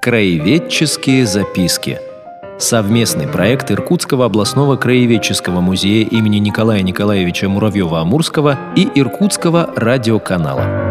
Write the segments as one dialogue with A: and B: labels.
A: Краеведческие записки. Совместный проект Иркутского областного краеведческого музея имени Николая Николаевича Муравьева-Амурского и Иркутского радиоканала.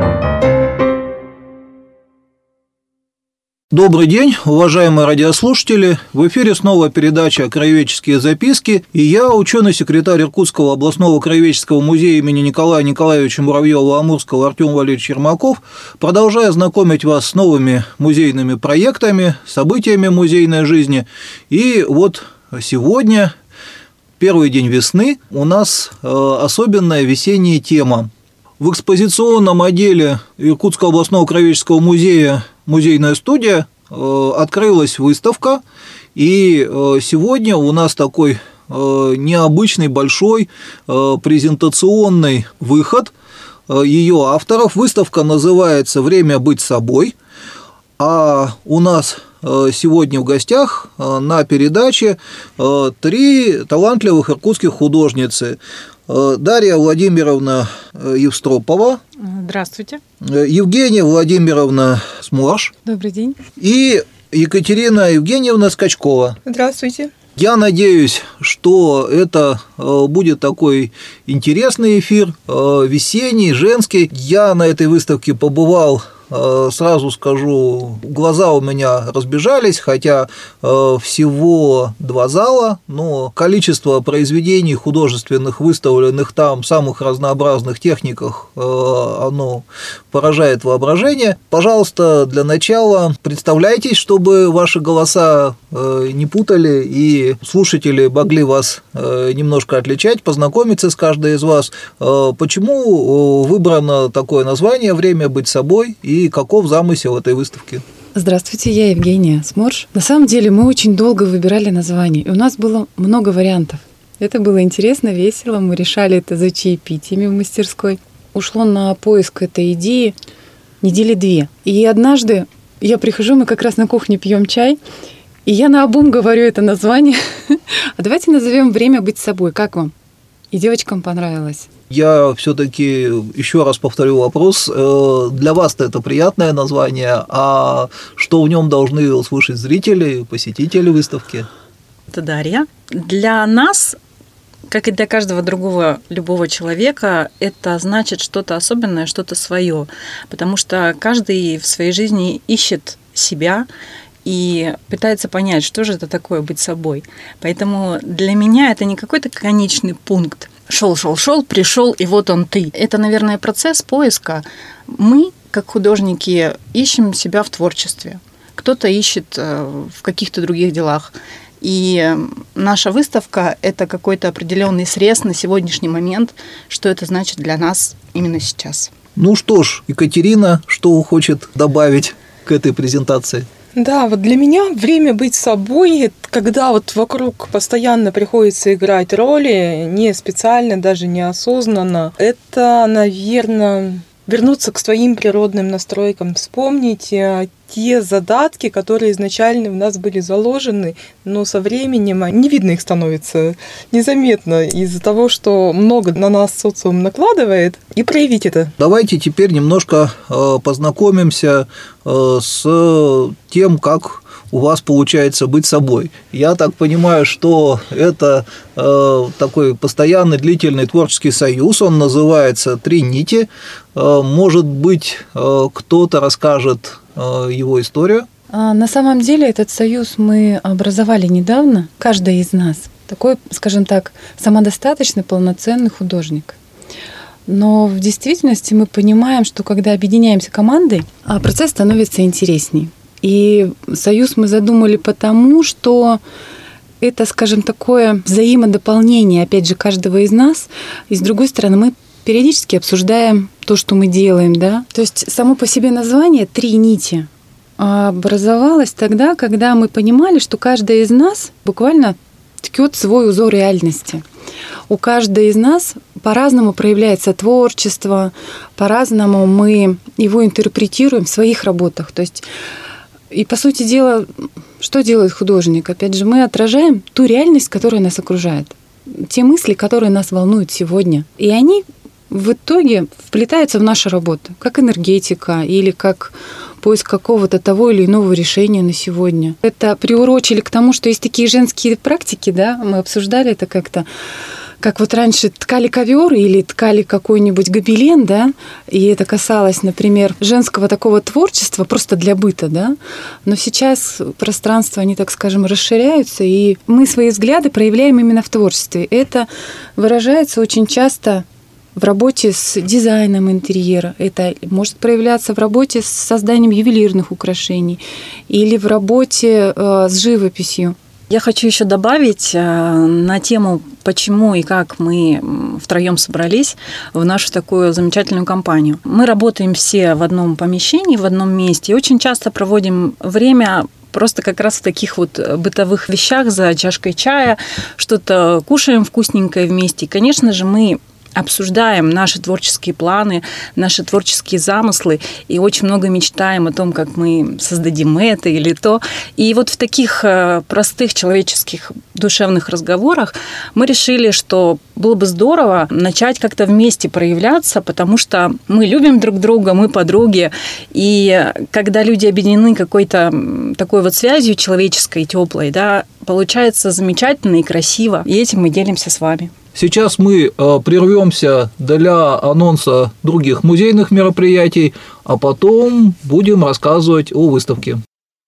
B: Добрый день, уважаемые радиослушатели! В эфире снова передача «Краеведческие записки», и я, ученый-секретарь Иркутского областного краеведческого музея имени Николая Николаевича Муравьева-Амурского Артем Валерьевич Ермаков, продолжаю знакомить вас с новыми музейными проектами, событиями музейной жизни. И вот сегодня, первый день весны, у нас особенная весенняя тема. В экспозиционном отделе Иркутского областного краеведческого музея «Музейная студия» открылась выставка, и сегодня у нас такой необычный большой презентационный выход ее авторов. Выставка называется «Время быть собой», а у нас сегодня в гостях на передаче 3 талантливых иркутских художницы. Дарья Владимировна Евстропова.
C: Здравствуйте.
B: Евгения Владимировна Сморш.
C: Добрый день.
B: И Екатерина Евгеньевна Скачкова.
D: Здравствуйте.
B: Я надеюсь, что это будет такой интересный эфир, весенний, женский. Я на этой выставке побывал. Сразу скажу, глаза у меня разбежались, хотя всего 2 зала, но количество произведений художественных, выставленных там, в самых разнообразных техниках, оно поражает воображение. Пожалуйста, для начала представляйтесь, чтобы ваши голоса не путали и слушатели могли вас немножко отличать, познакомиться с каждой из вас. Почему выбрано такое название «Время быть собой» и каков замысел этой выставки?
C: Здравствуйте, я Евгения Сморш. На самом деле мы очень долго выбирали название, и у нас было много вариантов. Это было интересно, весело, мы решали это за чаепитиями в мастерской. Ушло на поиск этой идеи 2 недели. И однажды я прихожу, мы как раз на кухне пьем чай, и я наобум говорю это название. А давайте назовем «Время быть собой». Как вам? И девочкам понравилось.
B: Я все-таки еще раз повторю вопрос. Для вас-то это приятное название, а что в нем должны услышать зрители, посетители выставки?
D: Это Дарья. Для нас, как и для каждого другого любого человека, это значит что-то особенное, что-то свое, потому что каждый в своей жизни ищет себя и пытается понять, что же это такое быть собой. Поэтому для меня это не какой-то конечный пункт. Шел, пришел, и вот он ты. Это, наверное, процесс поиска. Мы, как художники, ищем себя в творчестве. Кто-то ищет в каких-то других делах. И наша выставка – это какой-то определенный срез на сегодняшний момент, что это значит для нас именно сейчас.
B: Ну что ж, Екатерина, что хочет добавить к этой презентации?
E: Да, вот для меня время быть собой, когда вот вокруг постоянно приходится играть роли, не специально, даже неосознанно, это, наверное, вернуться к своим природным настройкам, вспомнить те задатки, которые изначально в нас были заложены, но со временем не видно их становится, незаметно из-за того, что много на нас социум накладывает, и проявить это.
B: Давайте теперь немножко познакомимся с тем, как у вас получается быть собой. Я так понимаю, что это такой постоянный длительный творческий союз, он называется «Три нити». Может быть, кто-то расскажет его историю?
C: На самом деле этот союз мы образовали недавно, каждая из нас. Такой, скажем так, самодостаточный, полноценный художник. Но в действительности мы понимаем, что когда объединяемся командой, процесс становится интересней. И союз мы задумали потому, что это, скажем, такое взаимодополнение, опять же, каждого из нас. И с другой стороны, мы периодически обсуждаем то, что мы делаем, да. То есть само по себе название «Три нити» образовалось тогда, когда мы понимали, что каждая из нас буквально ткет свой узор реальности. У каждой из нас по-разному проявляется творчество, по-разному мы его интерпретируем в своих работах. То есть, и по сути дела, что делает художник? Опять же, мы отражаем ту реальность, которая нас окружает, те мысли, которые нас волнуют сегодня. И они в итоге вплетаются в нашу работу, как энергетика или как поиск какого-то того или иного решения на сегодня. Это приурочили к тому, что есть такие женские практики, да, мы обсуждали это как-то, как вот раньше ткали ковер или ткали какой-нибудь гобелен, да, и это касалось, например, женского такого творчества просто для быта, да, но сейчас пространства, они, так скажем, расширяются, и мы свои взгляды проявляем именно в творчестве. Это выражается очень часто в работе с дизайном интерьера. Это может проявляться в работе с созданием ювелирных украшений или в работе с живописью.
D: Я хочу еще добавить на тему, почему и как мы втроем собрались в нашу такую замечательную компанию. Мы работаем все в одном помещении, в одном месте, и очень часто проводим время просто как раз в таких вот бытовых вещах за чашкой чая, что-то кушаем вкусненькое вместе. И, конечно же, мы обсуждаем наши творческие планы, наши творческие замыслы и очень много мечтаем о том, как мы создадим это или то. И вот в таких простых человеческих душевных разговорах мы решили, что было бы здорово начать как-то вместе проявляться, потому что мы любим друг друга, мы подруги, и когда люди объединены какой-то такой вот связью человеческой, теплой, да, получается замечательно и красиво, и этим мы делимся с вами.
B: Сейчас мы прервемся для анонса других музейных мероприятий, а потом будем рассказывать о выставке.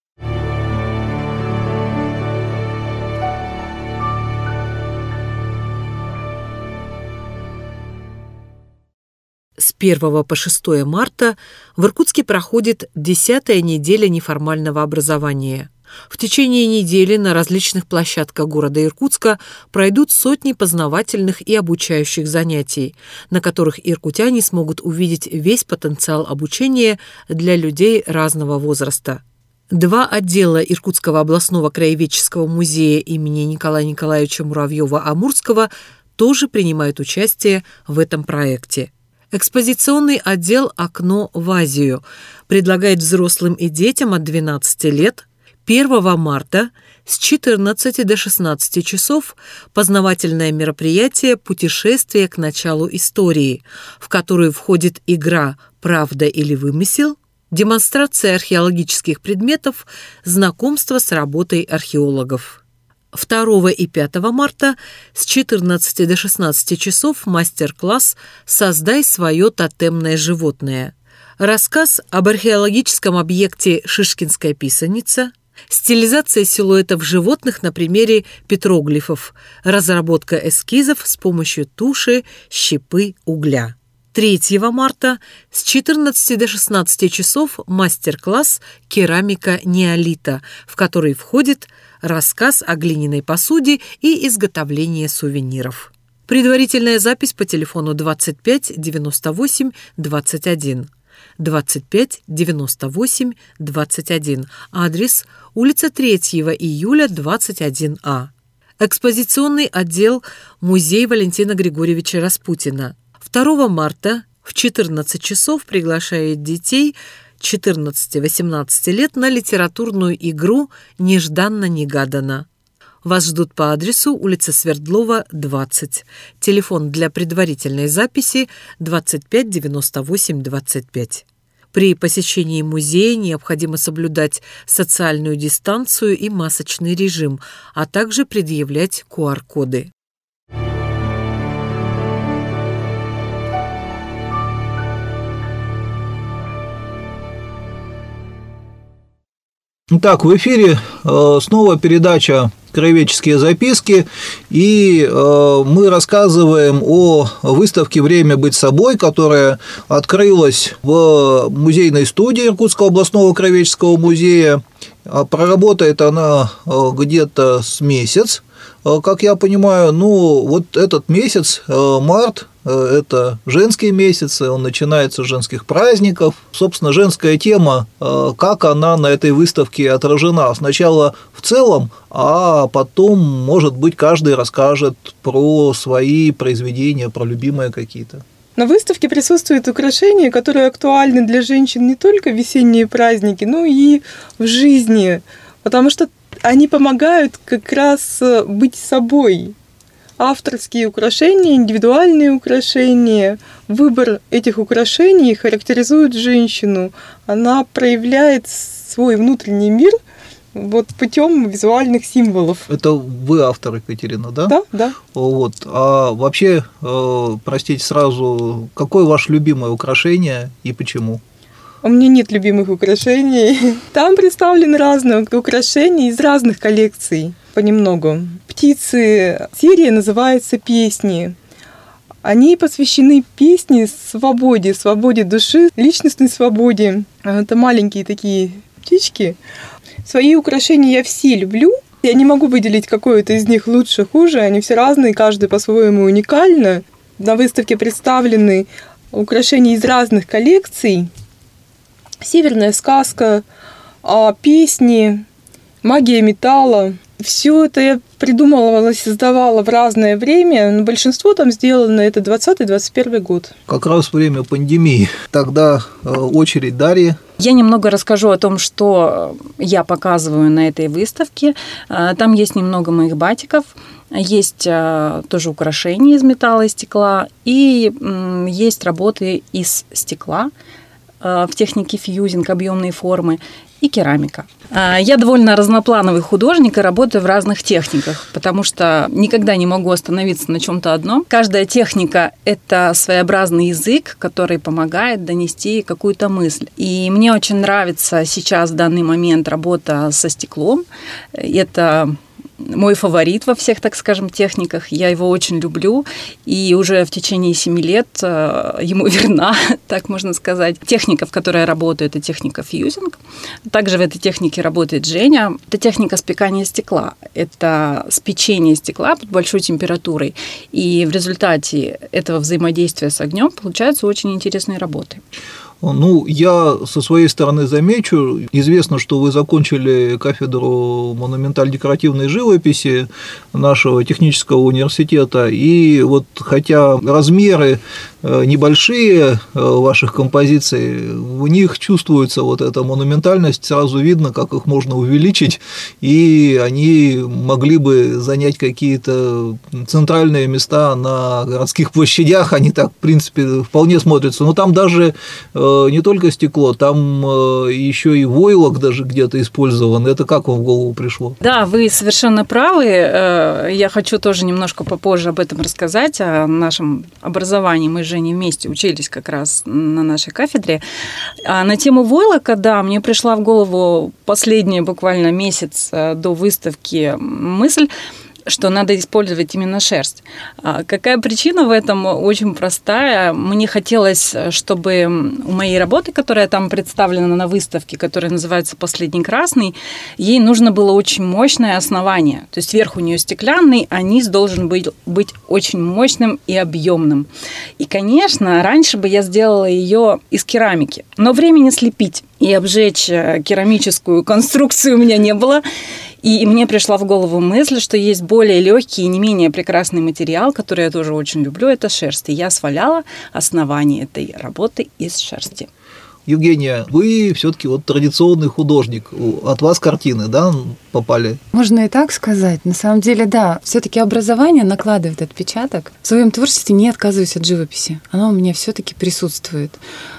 F: С 1 по 6 марта в Иркутске проходит 10-я неделя неформального образования. В течение недели на различных площадках города Иркутска пройдут сотни познавательных и обучающих занятий, на которых иркутяне смогут увидеть весь потенциал обучения для людей разного возраста. 2 отдела Иркутского областного краеведческого музея имени Николая Николаевича Муравьева-Амурского тоже принимают участие в этом проекте. Экспозиционный отдел «Окно в Азию» предлагает взрослым и детям от 12 лет 1 марта с 14 до 16 часов познавательное мероприятие «Путешествие к началу истории», в которую входит игра «Правда или вымысел», демонстрация археологических предметов, знакомство с работой археологов. 2 и 5 марта с 14 до 16 часов мастер-класс «Создай свое тотемное животное». Рассказ об археологическом объекте Шишкинская писаница, стилизация силуэтов животных на примере петроглифов, разработка эскизов с помощью туши, щепы, угля. 3 марта с 14 до 16 часов мастер-класс «Керамика неолита», в который входит рассказ о глиняной посуде и изготовление сувениров. Предварительная запись по телефону 25 98 21. 25 98 21. Адрес: улица 3 июля, 21А. Экспозиционный отдел Музей Валентина Григорьевича Распутина. 2 марта в 14 часов приглашает детей 14-18 лет на литературную игру «Нежданно-негаданно». Вас ждут по адресу улица Свердлова, 20. Телефон для предварительной записи 25 98 25. При посещении музея необходимо соблюдать социальную дистанцию и масочный режим, а также предъявлять QR-коды.
B: Итак, в эфире снова передача «Краеведческие записки», и мы рассказываем о выставке «Время быть собой», которая открылась в музейной студии Иркутского областного краеведческого музея. Проработает она где-то с месяц, как я понимаю. Ну, вот этот месяц, март, это женские месяцы, он начинается с женских праздников. Собственно, женская тема, как она на этой выставке отражена. Сначала в целом, а потом, может быть, каждый расскажет про свои произведения, про любимые какие-то.
E: На выставке присутствуют украшения, которые актуальны для женщин не только в весенние праздники, но и в жизни, потому что они помогают как раз быть собой. авторские украшения, индивидуальные украшения. Выбор этих украшений характеризует женщину. Она проявляет свой внутренний мир вот путем визуальных символов.
B: Это вы автор, Екатерина, да?
E: Да.
B: Вот. А вообще, простите сразу, какое ваше любимое украшение и почему?
E: У меня нет любимых украшений. Там представлены разные украшения из разных коллекций, понемногу. Птицы. Серия называется «Песни». Они посвящены песне свободе души, личностной свободе. Это маленькие такие птички. Свои украшения я все люблю. Я не могу выделить какое-то из них лучше, хуже. Они все разные, каждый по-своему уникально. На выставке представлены украшения из разных коллекций. «Северная сказка», песни, «Магия металла». Все это я придумывала, создавала в разное время, но большинство там сделано это 20-21 год.
B: Как раз время пандемии. Тогда очередь Дарьи.
D: Я немного расскажу о том, что я показываю на этой выставке. Там есть немного моих батиков, есть тоже украшения из металла и стекла, и есть работы из стекла в технике фьюзинг, объемные формы, и керамика. Я довольно разноплановый художник и работаю в разных техниках, потому что никогда не могу остановиться на чем-то одном. Каждая техника – это своеобразный язык, который помогает донести какую-то мысль. И мне очень нравится сейчас в данный момент работа со стеклом. Это мой фаворит во всех, так скажем, техниках. Я его очень люблю, и уже в течение 7 лет ему верна, так можно сказать. Техника, в которой я работаю, это техника фьюзинг. Также в этой технике работает Женя. Это техника спекания стекла. Это спечение стекла под большой температурой. И в результате этого взаимодействия с огнем получаются очень интересные работы.
B: Ну, я со своей стороны замечу, известно, что вы закончили кафедру монументально-декоративной живописи нашего технического университета, и вот хотя размеры небольшие ваших композиций, в них чувствуется вот эта монументальность, сразу видно, как их можно увеличить, и они могли бы занять какие-то центральные места на городских площадях, они так, в принципе, вполне смотрятся, но там даже не только стекло, там еще и войлок даже где-то использован. Это как вам в голову пришло?
D: Да, вы совершенно правы. Я хочу тоже немножко попозже об этом рассказать, о нашем образовании. Мы с Женей вместе учились как раз на нашей кафедре. А на тему войлока, да, мне пришла в голову последний буквально месяц до выставки мысль, что надо использовать именно шерсть. Какая причина в этом? Очень простая. Мне хотелось, чтобы у моей работы, которая там представлена на выставке, которая называется «Последний красный», ей нужно было очень мощное основание. То есть верх у нее стеклянный, а низ должен быть очень мощным и объемным. И, конечно, раньше бы я сделала ее из керамики, но времени слепить и обжечь керамическую конструкцию у меня не было. И мне пришла в голову мысль, что есть более легкий и не менее прекрасный материал, который я тоже очень люблю, это шерсть. И я сваляла основание этой работы из шерсти.
B: Евгения, вы все-таки вот традиционный художник. От вас картины, да, попали?
C: Можно и так сказать. На самом деле, да, все-таки образование накладывает отпечаток. В своем творчестве не отказываюсь от живописи. Она у меня все-таки присутствует.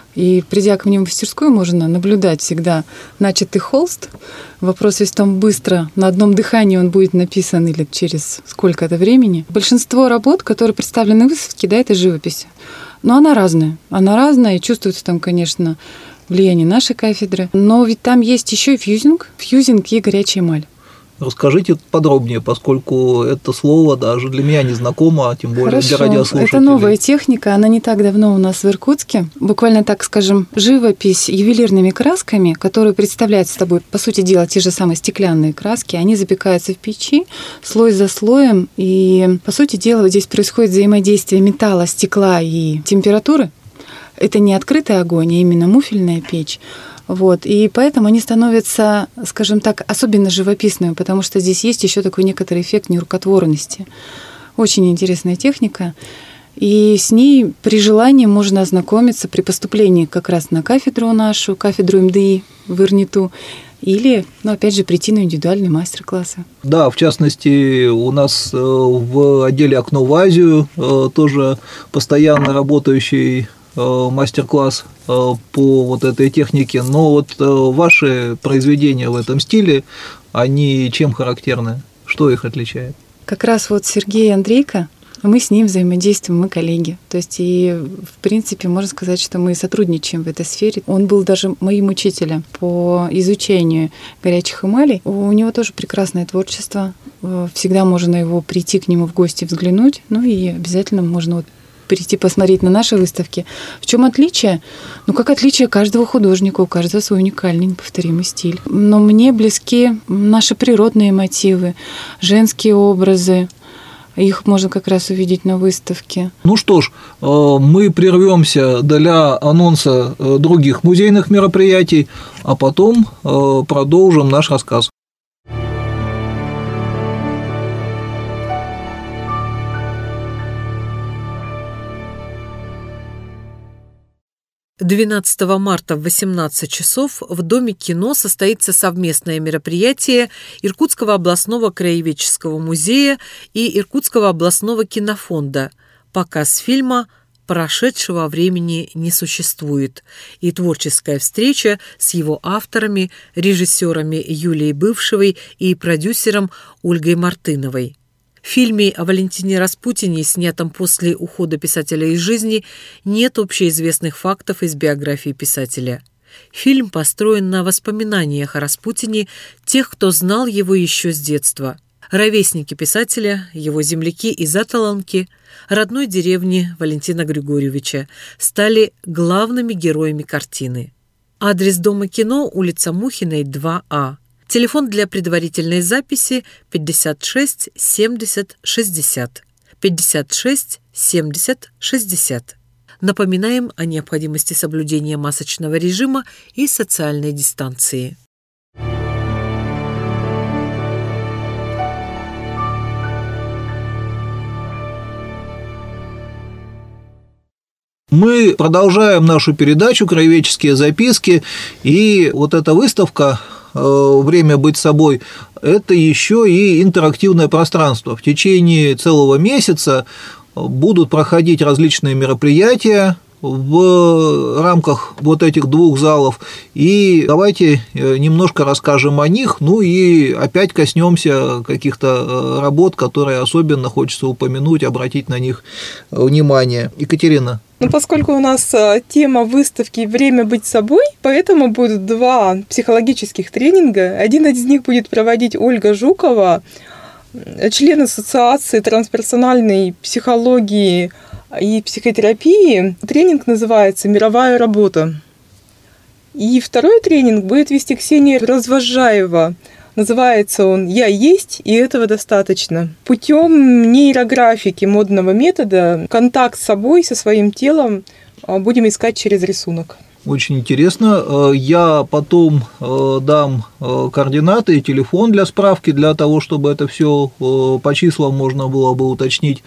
C: И придя к мне в мастерскую, можно наблюдать всегда начатый холст. Вопрос весь в том, быстро, на одном дыхании он будет написан или через сколько-то времени. Большинство работ, которые представлены в выставке, да, это живопись. Но она разная, и чувствуется там, конечно, влияние нашей кафедры. Но ведь там есть еще и фьюзинг и горячая эмаль.
B: Расскажите подробнее, поскольку это слово даже для меня не знакомо, тем более
C: Хорошо.
B: Для радиослушателей.
C: Это новая техника, она не так давно у нас в Иркутске. Буквально, так скажем, живопись ювелирными красками, которые представляют собой, по сути дела, те же самые стеклянные краски, они запекаются в печи слой за слоем, и, по сути дела, здесь происходит взаимодействие металла, стекла и температуры. Это не открытый огонь, а именно муфельная печь. Вот. И поэтому они становятся, скажем так, особенно живописными, потому что здесь есть еще такой некоторый эффект нерукотворности. Очень интересная техника. И с ней при желании можно ознакомиться при поступлении как раз на кафедру нашу, кафедру МДИ в Ирниту. или, опять же, прийти на индивидуальные мастер-классы.
B: Да, в частности, у нас в отделе «Окно в Азию» тоже постоянно работающий мастер-класс по вот этой технике. Но вот ваши произведения в этом стиле, они чем характерны? Что их отличает?
C: Как раз вот Сергей и Андрейка, мы с ним взаимодействуем, мы коллеги. То есть, и в принципе, можно сказать, что мы сотрудничаем в этой сфере. Он был даже моим учителем по изучению горячих эмалей. У него тоже прекрасное творчество. Всегда можно прийти к нему в гости, взглянуть. И обязательно можно прийти посмотреть на наши выставки. В чем отличие? Как отличие каждого художника, у каждого свой уникальный, неповторимый стиль. Но мне близки наши природные мотивы, женские образы. Их можно как раз увидеть на выставке.
B: Ну что ж, мы прервемся для анонса других музейных мероприятий, а потом продолжим наш рассказ.
F: 12 марта в 18 часов в Доме кино состоится совместное мероприятие Иркутского областного краеведческого музея и Иркутского областного кинофонда. Показ фильма «Прошедшего времени не существует» и творческая встреча с его авторами, режиссерами Юлией Бывшевой и продюсером Ольгой Мартыновой. В фильме о Валентине Распутине, снятом после ухода писателя из жизни, нет общеизвестных фактов из биографии писателя. Фильм построен на воспоминаниях о Распутине тех, кто знал его еще с детства. Ровесники писателя, его земляки из Аталанки, родной деревни Валентина Григорьевича, стали главными героями картины. Адрес Дома кино: улица Мухиной, 2А. Телефон для предварительной записи 56 70 60. 56 70 60. Напоминаем о необходимости соблюдения масочного режима и социальной дистанции.
B: Мы продолжаем нашу передачу «Краеведческие записки», и вот эта выставка «Время быть собой» – это еще и интерактивное пространство. В течение целого месяца будут проходить различные мероприятия в рамках вот этих двух залов, и давайте немножко расскажем о них, и опять коснемся каких-то работ, которые особенно хочется упомянуть, обратить на них внимание. Екатерина.
E: Поскольку у нас тема выставки «Время быть собой», поэтому будут два психологических тренинга. Один из них будет проводить Ольга Жукова, член Ассоциации трансперсональной психологии и психотерапии. Тренинг называется «Мировая работа». И второй тренинг будет вести Ксения Развожаева. Называется он «Я есть, и этого достаточно». Путем нейрографики модного метода контакт с собой, со своим телом будем искать через рисунок.
B: Очень интересно. Я потом дам координаты и телефон для справки, для того, чтобы это все по числам можно было бы уточнить.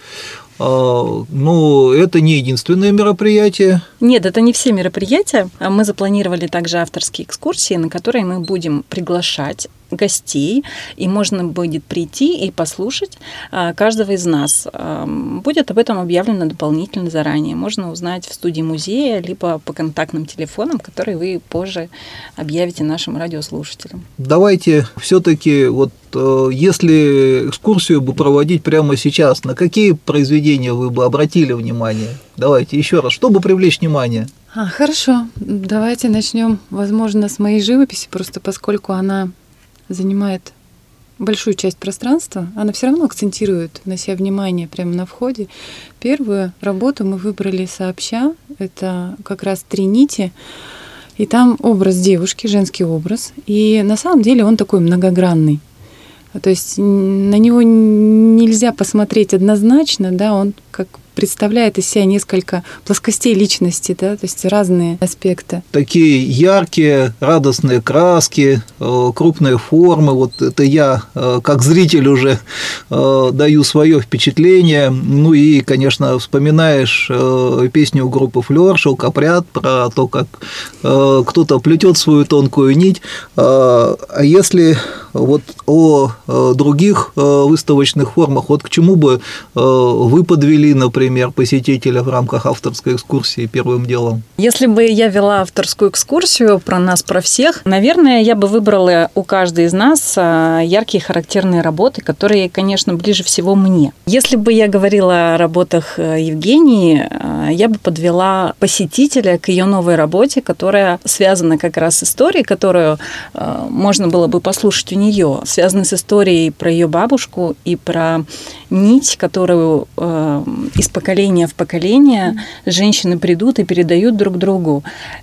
B: Но это не единственное мероприятие.
D: Нет, это не все мероприятия. Мы запланировали также авторские экскурсии, на которые мы будем приглашать гостей, и можно будет прийти и послушать каждого из нас. Будет об этом объявлено дополнительно заранее. Можно узнать в студии музея, либо по контактным телефонам, которые вы позже объявите нашим радиослушателям.
B: Давайте все-таки если экскурсию бы проводить прямо сейчас, на какие произведения вы бы обратили внимание? Давайте еще раз, чтобы привлечь внимание.
C: Хорошо, давайте начнем, возможно, с моей живописи, просто поскольку она занимает большую часть пространства, она все равно акцентирует на себя внимание прямо на входе. Первую работу мы выбрали сообща, это как раз 3 нити, и там образ девушки, женский образ, и на самом деле он такой многогранный. То есть на него нельзя посмотреть однозначно, да, он как представляет из себя несколько плоскостей личности, да, то есть разные аспекты.
B: Такие яркие, радостные краски, крупные формы. Вот это я, как зритель, уже даю свое впечатление. Ну и, конечно, вспоминаешь песню группы «Флёр», «Шелкопряд», про то, как кто-то плетет свою тонкую нить. А если вот о других выставочных формах, вот к чему бы вы подвели, например, посетителя в рамках авторской экскурсии первым делом?
D: Если бы я вела авторскую экскурсию про нас, про всех, наверное, я бы выбрала у каждой из нас яркие характерные работы, которые, конечно, ближе всего мне. Если бы я говорила о работах Евгении, я бы подвела посетителя к ее новой работе, которая связана как раз с историей, которую можно было бы послушать у нее, связана с историей про ее бабушку и про нить, которую из поколения в поколение женщины придут и передают друг другу.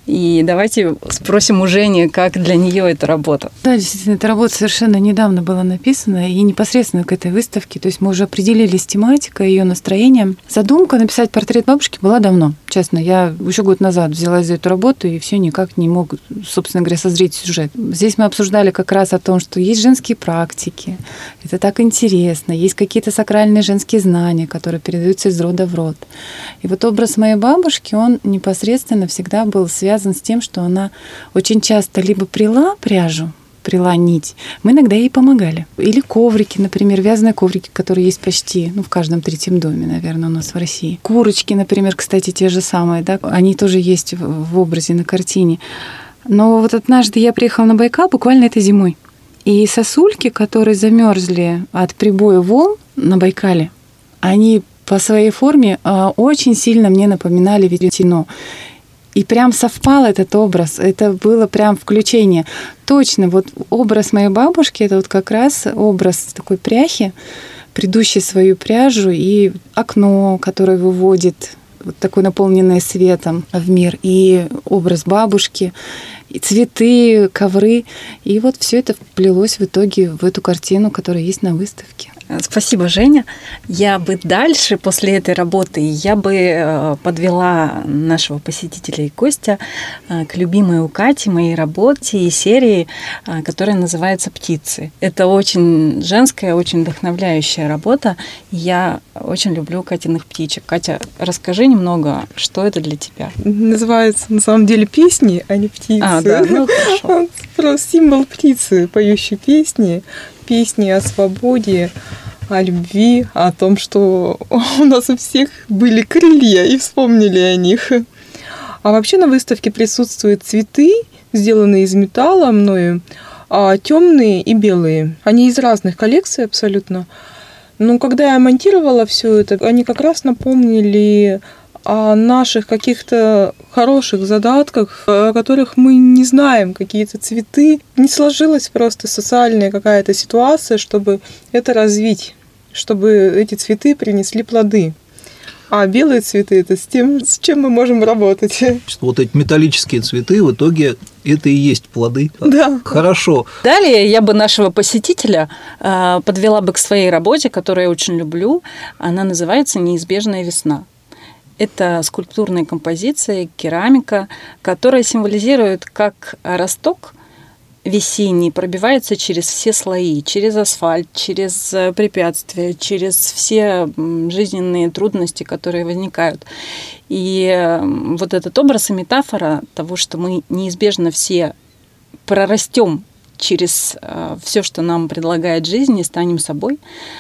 D: И давайте спросим у Жени, как для нее эта работа.
C: Да, действительно, эта работа совершенно недавно была написана и непосредственно к этой выставке. То есть мы уже определились с тематикой, ее настроением. Задумка написать портрет бабушки была давно. Честно, я еще год назад взялась за эту работу и все никак не мог, собственно говоря, созреть сюжет. Здесь мы обсуждали как раз о том, что есть женские практики, это так интересно, есть какие-то сакральные женские знания, которые передаются из рода в род. И вот образ моей бабушки, он непосредственно всегда был связан с тем, что она очень часто либо пряла пряжу, пряла нить, мы иногда ей помогали. Или коврики, например, вязаные коврики, которые есть почти в каждом третьем доме, наверное, у нас в России. Курочки, например, кстати, те же самые, да, они тоже есть в образе на картине. Но вот однажды я приехала на Байкал буквально этой зимой. И сосульки, которые замерзли от прибоя волн на Байкале, они по своей форме очень сильно мне напоминали веретено. И прям совпал этот образ. Это было прям включение. Точно, вот образ моей бабушки, это вот как раз образ такой пряхи, придущей свою пряжу, и окно, которое выводит вот такое наполненное светом в мир, и образ бабушки, и цветы, ковры. И вот все это вплелось в итоге в эту картину, которая есть на выставке.
D: Спасибо, Женя. Я бы дальше, после этой работы, я бы подвела нашего посетителя и гостя к любимой у Кати моей работе и серии, которая называется «Птицы». Это очень женская, очень вдохновляющая работа. Я очень люблю Катиных птичек. Катя, расскажи немного, что это для тебя?
E: Называется, на самом деле, песни, а не птицы.
D: Да, ну хорошо.
E: Просто символ птицы, поющей песни о свободе, о любви, о том, что у нас у всех были крылья, и вспомнили о них. А вообще на выставке присутствуют цветы, сделанные из металла мною, темные и белые. Они из разных коллекций абсолютно. Но когда я монтировала все это, они как раз напомнили о наших каких-то хороших задатках, о которых мы не знаем, какие-то цветы. Не сложилась просто социальная какая-то ситуация, чтобы это развить, чтобы эти цветы принесли плоды. А белые цветы – это с тем, с чем мы можем работать.
B: Вот эти металлические цветы в итоге это и есть плоды.
E: Да.
B: Хорошо.
D: Далее я бы нашего посетителя подвела бы к своей работе, которую я очень люблю. Она называется «Неизбежная весна». Это скульптурная композиция, керамика, которая символизирует, как росток весенний пробивается через все слои, через асфальт, через препятствия, через все жизненные трудности, которые возникают. И вот этот образ и метафора того, что мы неизбежно все прорастем через все, что нам предлагает жизнь, и станем собой,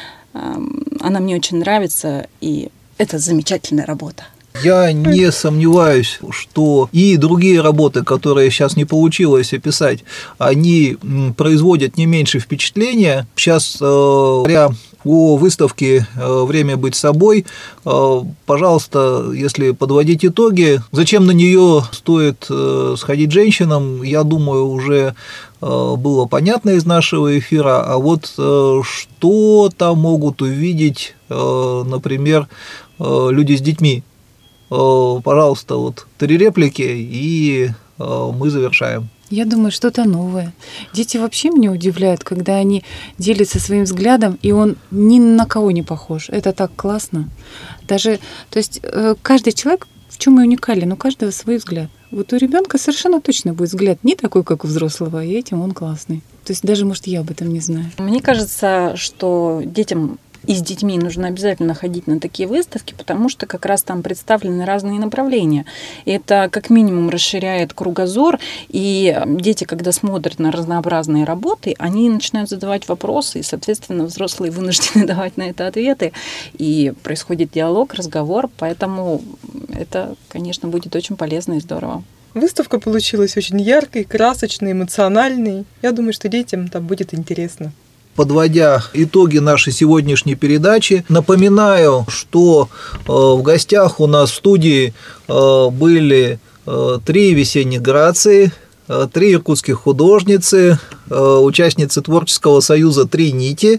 D: она мне очень нравится, и это замечательная работа.
B: Я не сомневаюсь, что и другие работы, которые сейчас не получилось описать, они производят не меньше впечатления. Сейчас, говоря о выставке «Время быть собой», пожалуйста, если подводить итоги, зачем на нее стоит сходить женщинам, я думаю, уже было понятно из нашего эфира. А вот что там могут увидеть, например, люди с детьми? Пожалуйста, вот 3 реплики, и мы завершаем.
C: Я думаю, что-то новое. Дети вообще меня удивляют, когда они делятся своим взглядом, и он ни на кого не похож. Это так классно. Даже, то есть каждый человек в чем и уникален, у каждого свой взгляд. Вот у ребенка совершенно точно будет взгляд не такой, как у взрослого, и этим он классный. То есть даже, может, я об этом не знаю.
D: Мне кажется, что детям и с детьми нужно обязательно ходить на такие выставки, потому что как раз там представлены разные направления. И это как минимум расширяет кругозор, и дети, когда смотрят на разнообразные работы, они начинают задавать вопросы, и, соответственно, взрослые вынуждены давать на это ответы, и происходит диалог, разговор, поэтому это, конечно, будет очень полезно и здорово.
E: Выставка получилась очень яркой, красочной, эмоциональной. Я думаю, что детям там будет интересно.
B: Подводя итоги нашей сегодняшней передачи, напоминаю, что в гостях у нас в студии были 3 весенних Грации, 3 иркутских художницы, участницы творческого союза «Три нити»,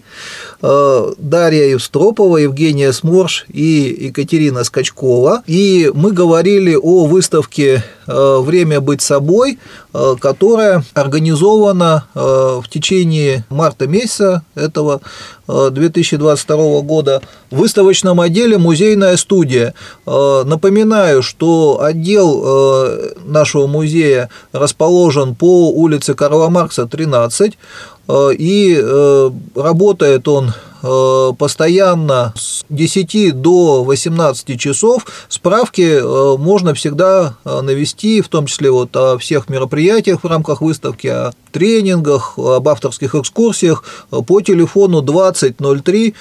B: Дарья Евстропова, Евгения Сморш и Екатерина Скачкова. И мы говорили о выставке «Время быть собой», которая организована в течение марта месяца этого 2022 года в выставочном отделе «Музейная студия». Напоминаю, что отдел нашего музея расположен по улице Карла Маркса, 13, и работает он постоянно с 10 до 18 часов. Справки можно всегда навести, в том числе вот о всех мероприятиях в рамках выставки, о тренингах, об авторских экскурсиях по телефону 20 03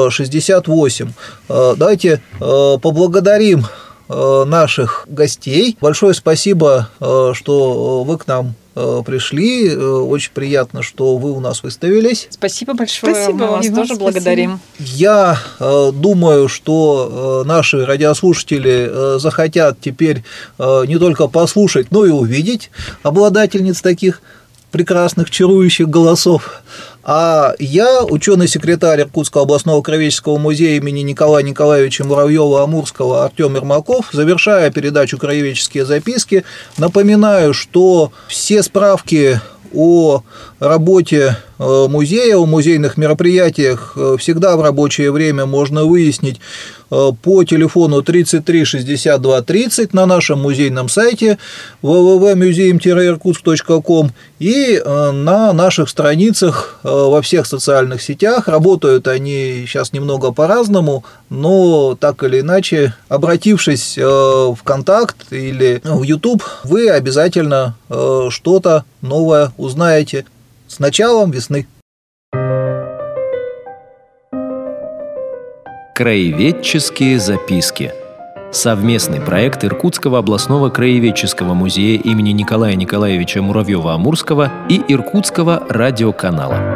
B: 68. Давайте поблагодарим наших гостей. Большое спасибо, что вы к нам пришли. Очень приятно, что вы у нас выставились.
D: Спасибо большое.
E: Спасибо,
D: мы вас тоже благодарим.
B: Я думаю, что наши радиослушатели захотят теперь не только послушать, но и увидеть обладательниц таких прекрасных, чарующих голосов. А я, ученый-секретарь Иркутского областного краеведческого музея имени Николая Николаевича Муравьева-Амурского Артем Ермаков, завершая передачу «Краеведческие записки», напоминаю, что все справки о работе музея, о музейных мероприятиях всегда в рабочее время можно выяснить по телефону 33 62 30 на нашем музейном сайте www.museum-irkutsk.com и на наших страницах во всех социальных сетях. Работают они сейчас немного по-разному, но так или иначе, обратившись в ВКонтакт или в YouTube, вы обязательно что-то новое узнаете. С началом весны!
A: Краеведческие записки. Совместный проект Иркутского областного краеведческого музея имени Николая Николаевича Муравьева-Амурского и Иркутского радиоканала.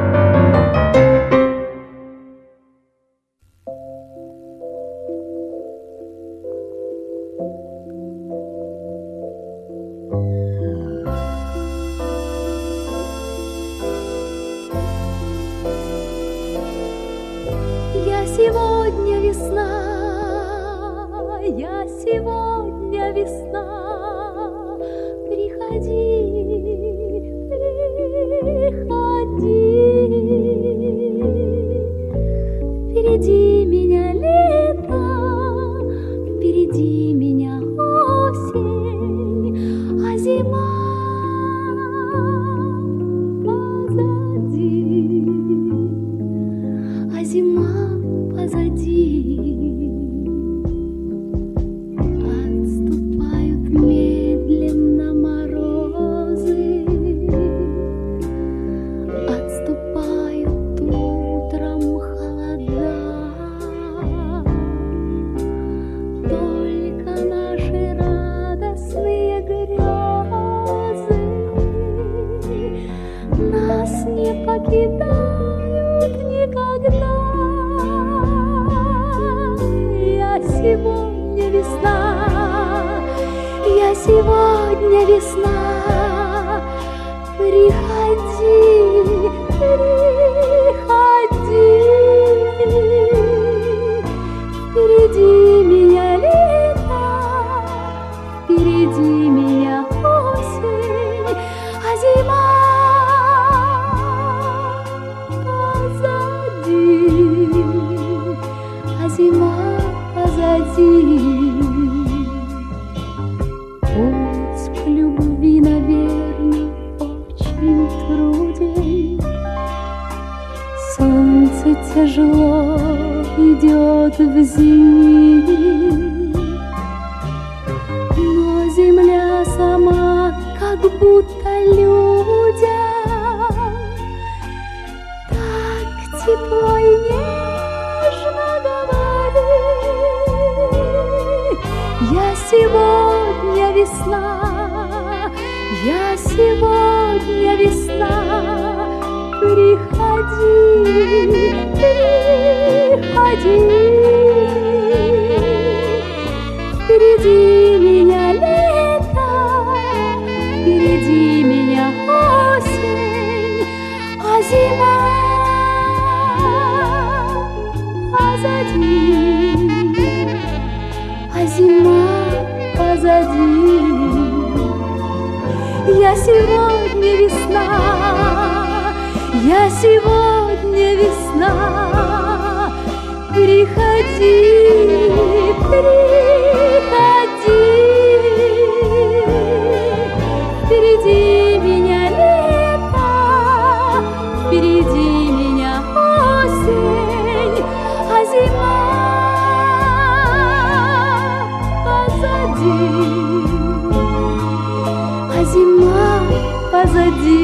G: Сегодня весна, я сегодня весна. Приходи, приходи. Впереди меня лето, впереди меня осень, а зима позади, а зима позади. Отступают медленно морозы, отступают утром холода. Только наши радостные грезы нас не покидают никогда. Сегодня весна, я сегодня весна. Приходи, приходи. Впереди меня лето, впереди меня осень, а зима тяжело идет в зимний, но земля сама как будто людям так тепло и нежно говорит: я сегодня весна, я сегодня весна, приходи, приходи. Впереди меня лето, впереди меня осень, а зима позади, а зима позади. Я сегодня весна, я сегодня весна, приходи, приходи. Впереди меня лето, впереди меня осень, а зима позади, а зима позади.